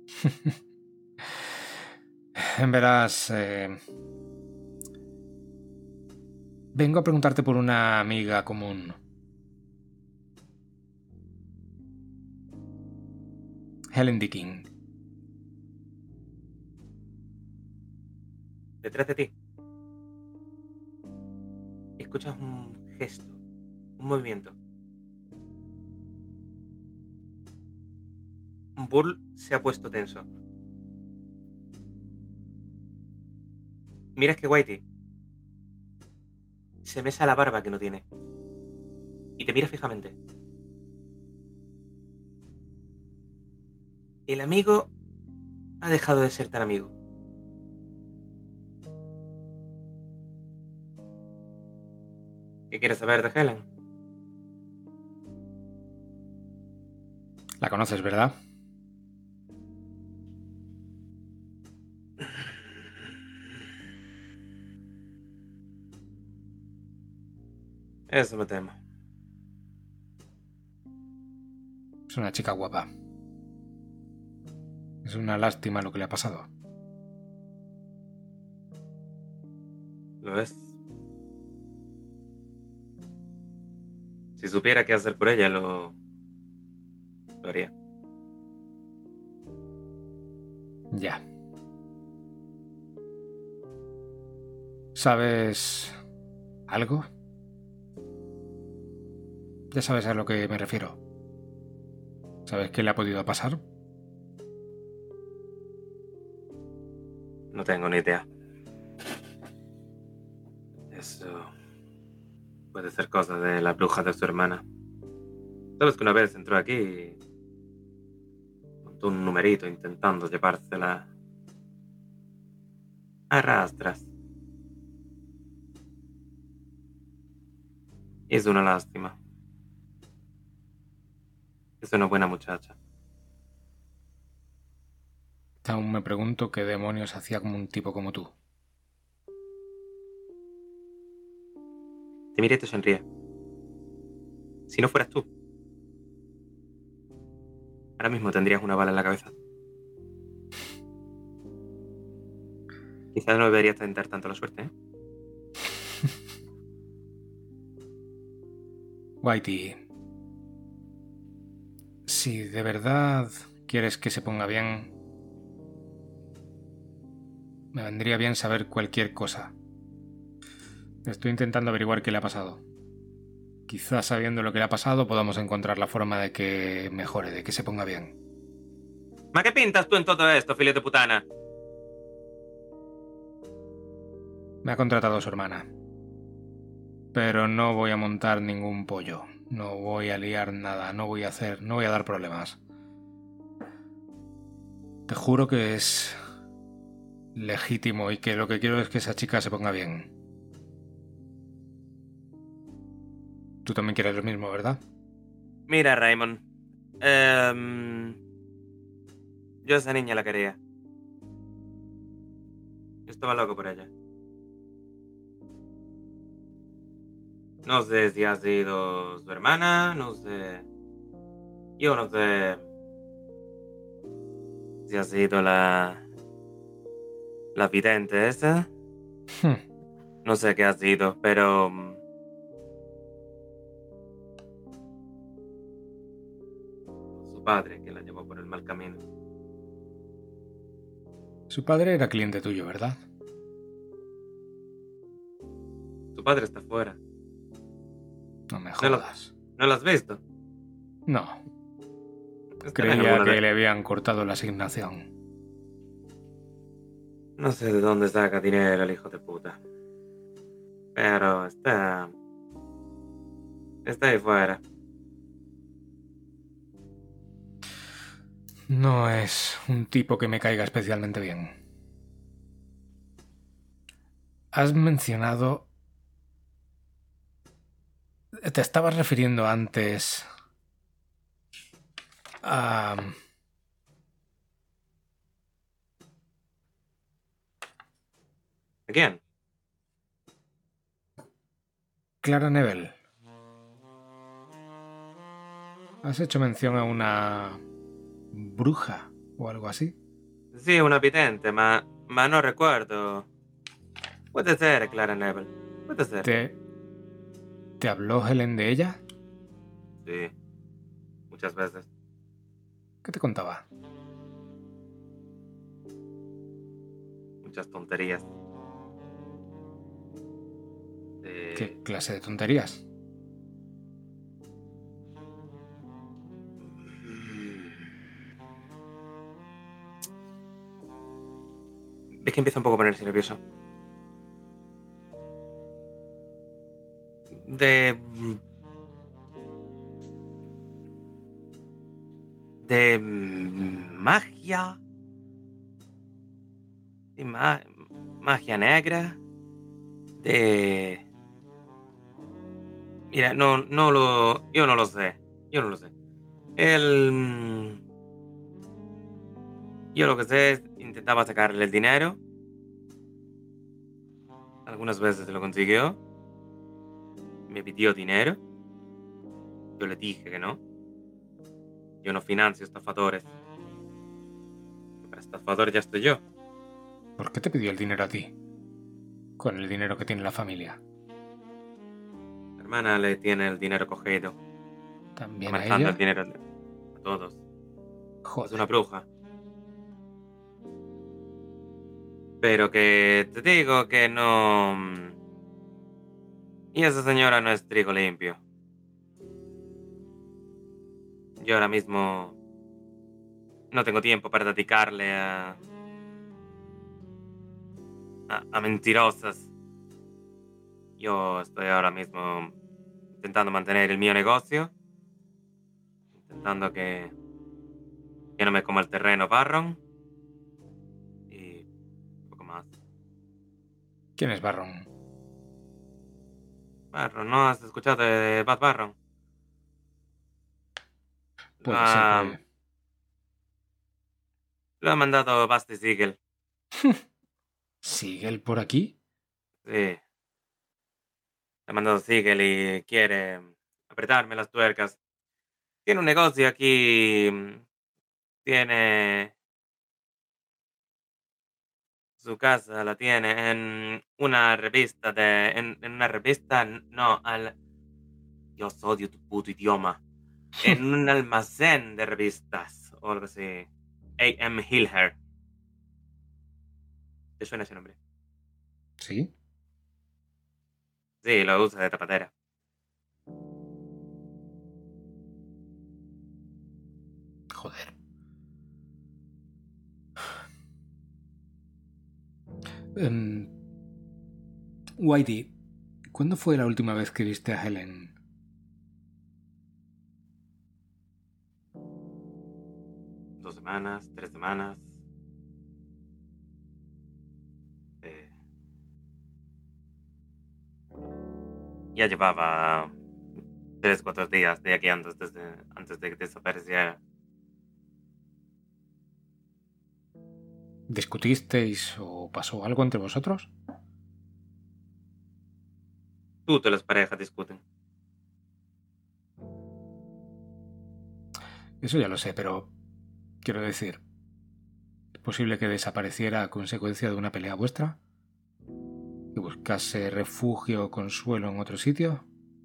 Verás... Eh, vengo a preguntarte por una amiga común. Helen Dicking. Detrás de ti. Escuchas un gesto, un movimiento. Burl se ha puesto tenso. Miras que Whitey se mesa la barba que no tiene y te mira fijamente. El amigo ha dejado de ser tan amigo. ¿Qué quieres saber de Helen? La conoces, ¿verdad? Eso me temo. Es una chica guapa. Es una lástima lo que le ha pasado. Lo es. Si supiera qué hacer por ella, lo... lo haría. Ya. ¿Sabes algo? Ya sabes a lo que me refiero. ¿Sabes qué le ha podido pasar? No tengo ni idea. Eso puede ser cosa de la bruja de su hermana. Sabes que una vez entró aquí y montó un numerito intentando llevársela a rastras. Es una lástima. Es una buena muchacha. Aún me pregunto qué demonios hacía como un tipo como tú. Te mira y te sonríe. Si no fueras tú, ahora mismo tendrías una bala en la cabeza. Quizás no deberías tentar tanto la suerte, ¿eh? Whitey, si de verdad quieres que se ponga bien, me vendría bien saber cualquier cosa. Estoy intentando averiguar qué le ha pasado. Quizás sabiendo lo que le ha pasado podamos encontrar la forma de que mejore, de que se ponga bien. ¿Ma qué pintas tú en todo esto, filio de putana? Me ha contratado su hermana. Pero no voy a montar ningún pollo. No voy a liar nada, no voy a hacer, no voy a dar problemas. Te juro que es legítimo y que lo que quiero es que esa chica se ponga bien. Tú también quieres lo mismo, ¿verdad? Mira, Raymond. em, yo a esa niña la quería. Yo estaba loco por ella. No sé si ha sido su hermana, no sé. Yo no sé si ha sido la... la vidente esa. Hmm. No sé qué ha sido, pero... mm, su padre que la llevó por el mal camino. Su padre era cliente tuyo, ¿verdad? Su padre está fuera. No me No lo- jodas. ¿No lo has visto? No. Estará en Creía alguna que de- le habían cortado la asignación. No sé de dónde saca dinero el hijo de puta. Pero está... Está ahí fuera. No es un tipo que me caiga especialmente bien. Has mencionado... Te estabas refiriendo antes a... ¿De quién? Clara Neville. Has hecho mención a una bruja o algo así. Sì, una vidente, ma, ma non ricordo. Puede ser, Clara Neville. Puede ser. ¿Te, ¿Te habló Helen de ella? Sí, muchas veces. ¿Qué te contaba? Muchas tonterías. Eh, ¿Qué clase de tonterías? Es que empieza un poco a ponerse nervioso. De... De magia. De ma- magia negra. De... Mira, no, no lo... Yo no lo sé. Yo no lo sé. El... Yo lo que sé es intentaba sacarle el dinero. Algunas veces lo consiguió. Me pidió dinero. Yo le dije que no. Yo no financio estafadores. Para estafador ya estoy yo. ¿Por qué te pidió el dinero a ti? Con el dinero que tiene la familia. La hermana le tiene el dinero cogido. ¿También Está a manejando el ella? dinero a todos. Es una Joder. bruja. Pero que te digo que no... Y esa señora no es trigo limpio. Yo ahora mismo no tengo tiempo para dedicarle a... a, a mentirosas. Yo estoy ahora mismo intentando mantener el mío negocio. Intentando que... que no me coma el terreno Barron. Y un poco más. ¿Quién es Barron? Barron, ¿no has escuchado de Bad Barron? Lo Puede ser, ha, puede. lo ha mandado Basti Siegel. ¿Sigue él por aquí? Sí. Le ha mandado Siegel y quiere apretarme las tuercas. Tiene un negocio aquí. Tiene... Su casa la tiene en una revista de... En, en una revista... No, al... Dios, odio tu puto idioma. En un almacén de revistas. O algo así. A M Hillher. ¿Te suena ese nombre? ¿Sí? Sí, lo usa de tapadera. Joder. Um, Whitey, ¿cuándo fue la última vez que viste a Helen? Dos semanas, tres semanas. Eh, ya llevaba tres, cuatro días de aquí antes, desde, antes de que desapareciera. ¿Discutisteis o pasó algo entre vosotros? Tú te las parejas discuten. Eso ya lo sé, pero quiero decir, ¿es posible que desapareciera a consecuencia de una pelea vuestra? ¿Que buscase refugio o consuelo en otro sitio?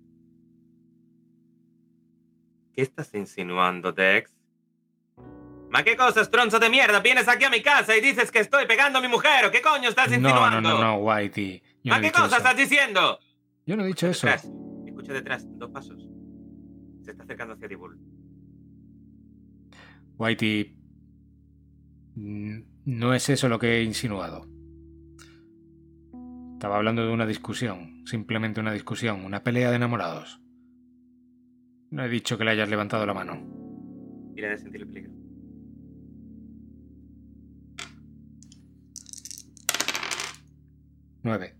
¿Qué estás insinuando, Dex? ¿Ma qué cosas, tronzo de mierda? Vienes aquí a mi casa y dices que estoy pegando a mi mujer. ¿O qué coño estás No, insinuando? no, no, no, Whitey. Yo ¿Ma no he qué dicho cosas eso. estás diciendo? Yo no he dicho eso. Detrás. Escucha detrás. Dos pasos. Se está acercando hacia ti, Bull. Whitey, no es eso lo que he insinuado. Estaba hablando de una discusión, simplemente una discusión, una pelea de enamorados. No he dicho que le hayas levantado la mano. Tira de sentir el peligro. Nueve.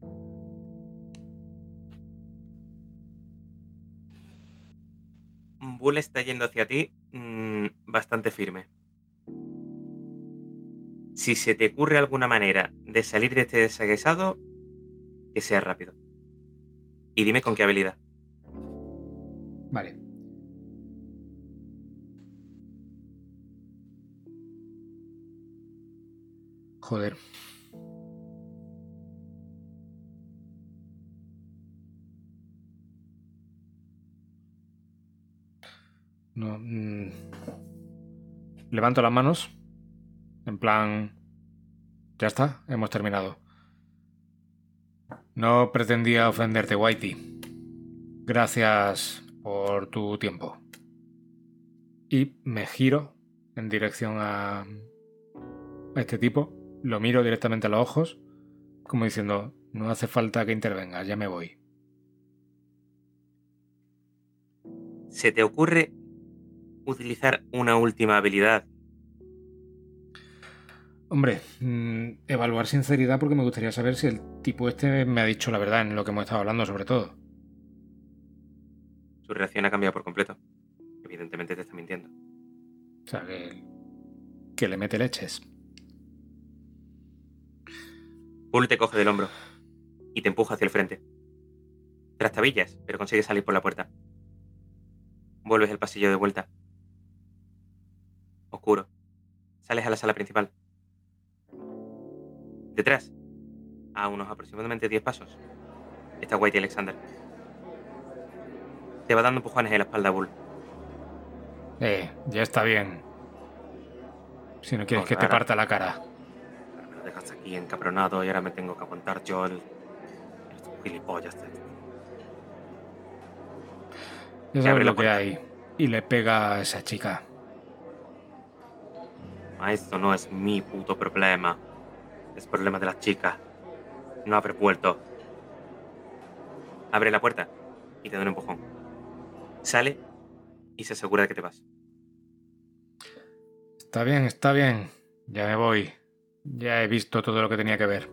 Bull está yendo hacia ti mmm, bastante firme. Si se te ocurre alguna manera de salir de este desaguisado, que sea rápido. Y dime con qué habilidad. Vale. Joder. No. Mmm. Levanto las manos. En plan... Ya está, hemos terminado. No pretendía ofenderte, Whitey. Gracias por tu tiempo. Y me giro en dirección a... a este tipo. Lo miro directamente a los ojos, como diciendo, no hace falta que intervengas, ya me voy. ¿Se te ocurre utilizar una última habilidad? Hombre, mmm, evaluar sinceridad porque me gustaría saber si el tipo este me ha dicho la verdad en lo que hemos estado hablando, sobre todo. Su reacción ha cambiado por completo. Evidentemente te está mintiendo. O sea, que, que le mete leches. Bull te coge del hombro y te empuja hacia el frente. Trastabillas, pero consigues salir por la puerta. Vuelves el pasillo de vuelta. Oscuro. Sales a la sala principal. Detrás, a unos aproximadamente diez pasos, está Whitey Alexander. Te va dando empujones en la espalda, Bull. Eh, ya está bien. Si no quieres Oh, que te rara. parta la cara. Pero me lo dejas aquí encabronado y ahora me tengo que aguantar yo el... Estos gilipollas. Ya Te sabes abre la lo que puerta. hay. Y le pega a esa chica. Ah, esto no es mi puto problema. Es problema de la chica. No haber vuelto. Abre la puerta y te da un empujón. Sale y se asegura de que te vas. Está bien, está bien. Ya me voy. Ya he visto todo lo que tenía que ver.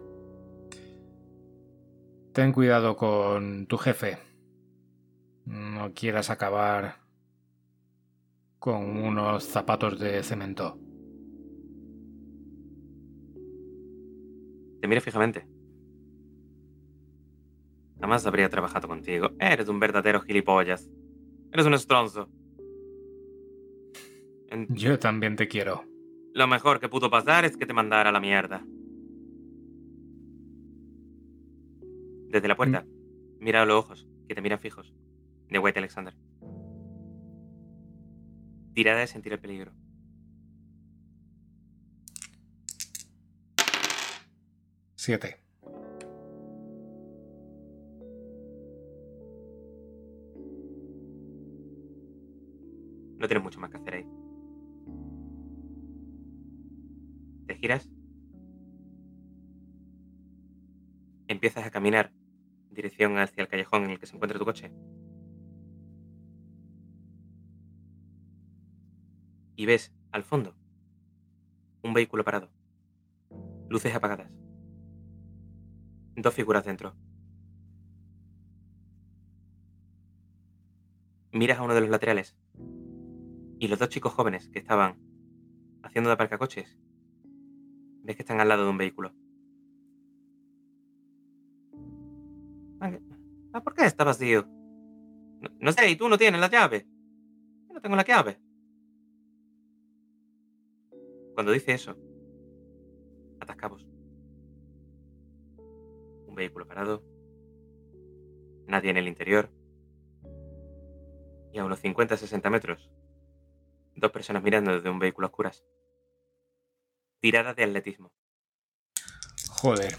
Ten cuidado con tu jefe. No quieras acabar con unos zapatos de cemento. Te mira fijamente. Jamás habría trabajado contigo. Eres un verdadero gilipollas. Eres un estronzo. En- Yo también te quiero. Lo mejor que pudo pasar es que te mandara a la mierda. Desde la puerta, mira a los ojos, que te miran fijos, de Whitey Alexander. Tirada de sentir el peligro. Siete. No tienes mucho más que hacer ahí. Te giras. Empiezas a caminar en dirección hacia el callejón en el que se encuentra tu coche. Y ves, al fondo, un vehículo parado. Luces apagadas. Dos figuras dentro. Miras a uno de los laterales. Y los dos chicos jóvenes que estaban haciendo de aparcacoches, ves que están al lado de un vehículo. Ah, ¿por qué está vacío? No, no sé, ¿y tú no tienes la llave? Yo no tengo la llave. Cuando dice eso, atascabos. Un vehículo parado. Nadie en el interior. Y a unos cincuenta a sesenta metros, dos personas mirando desde un vehículo a oscuras. Tirada de atletismo. Joder.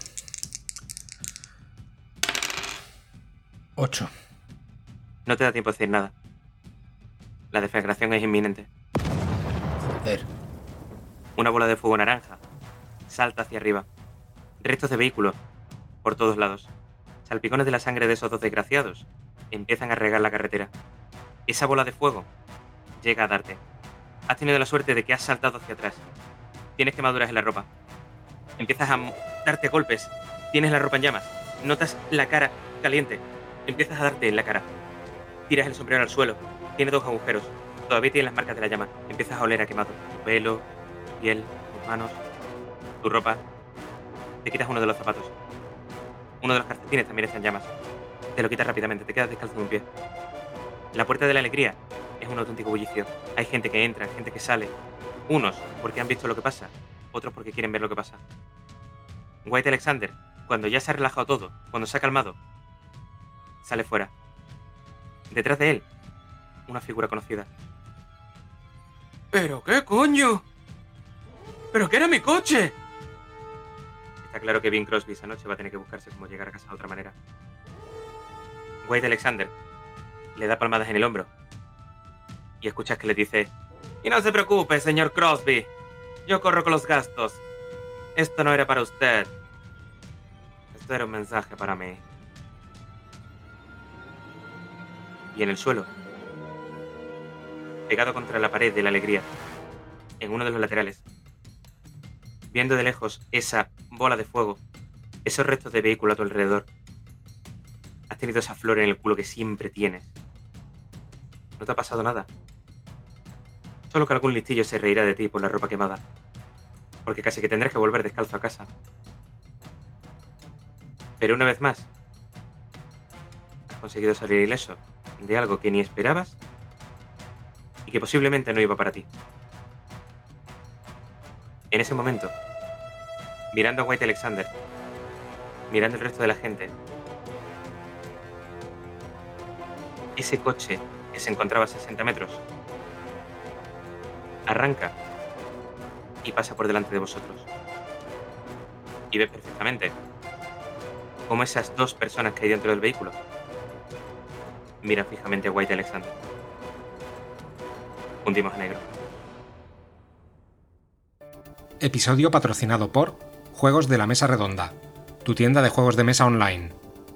Ocho. No te da tiempo a decir nada. La deflagración es inminente. hacer? Una bola de fuego naranja salta hacia arriba. Restos de vehículos por todos lados. Salpicones de la sangre de esos dos desgraciados empiezan a regar la carretera. Esa bola de fuego llega a darte. Has tenido la suerte de que has saltado hacia atrás. Tienes quemaduras en la ropa. Empiezas a darte golpes. Tienes la ropa en llamas. Notas la cara caliente. Empiezas a darte en la cara. Tiras el sombrero al suelo. Tiene dos agujeros. Todavía tienes las marcas de la llama. Empiezas a oler a quemado. Tu pelo, tu piel, tus manos, tu ropa. Te quitas uno de los zapatos. Uno de los calcetines también está en llamas. Te lo quitas rápidamente. Te quedas descalzo en un pie. La puerta de la alegría es un auténtico bullicio. Hay gente que entra, gente que sale. Unos porque han visto lo que pasa. Otros porque quieren ver lo que pasa. White Alexander, cuando ya se ha relajado todo, cuando se ha calmado, sale fuera. Detrás de él, una figura conocida. ¿Pero qué coño? ¿Pero qué era mi coche? Está claro que Bing Crosby esa noche va a tener que buscarse cómo llegar a casa de otra manera. White Alexander le da palmadas en el hombro y escuchas que le dice: y no se preocupe, señor Crosby, yo corro con los gastos. Esto no era para usted. Esto era un mensaje para mí. Y en el suelo, pegado contra la pared de la alegría, en uno de los laterales, viendo de lejos esa bola de fuego, esos restos de vehículo a tu alrededor, has tenido esa flor en el culo que siempre tienes. No te ha pasado nada. Solo que algún listillo se reirá de ti por la ropa quemada, porque casi que tendrás que volver descalzo a casa. Pero una vez más, has conseguido salir ileso de algo que ni esperabas y que posiblemente no iba para ti. En ese momento, mirando a White Alexander, mirando el resto de la gente, ese coche que se encontraba a sesenta metros arranca y pasa por delante de vosotros. Y ves perfectamente cómo esas dos personas que hay dentro del vehículo miran fijamente a White Alexander. Hundimos a negro. Episodio patrocinado por Juegos de la Mesa Redonda, tu tienda de juegos de mesa online.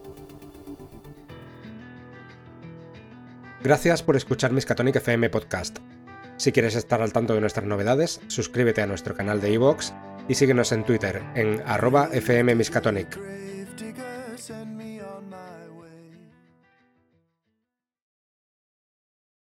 Gracias por escuchar Miskatonic F M Podcast. Si quieres estar al tanto de nuestras novedades, suscríbete a nuestro canal de iVoox y síguenos en Twitter en arroba fmmiskatonic.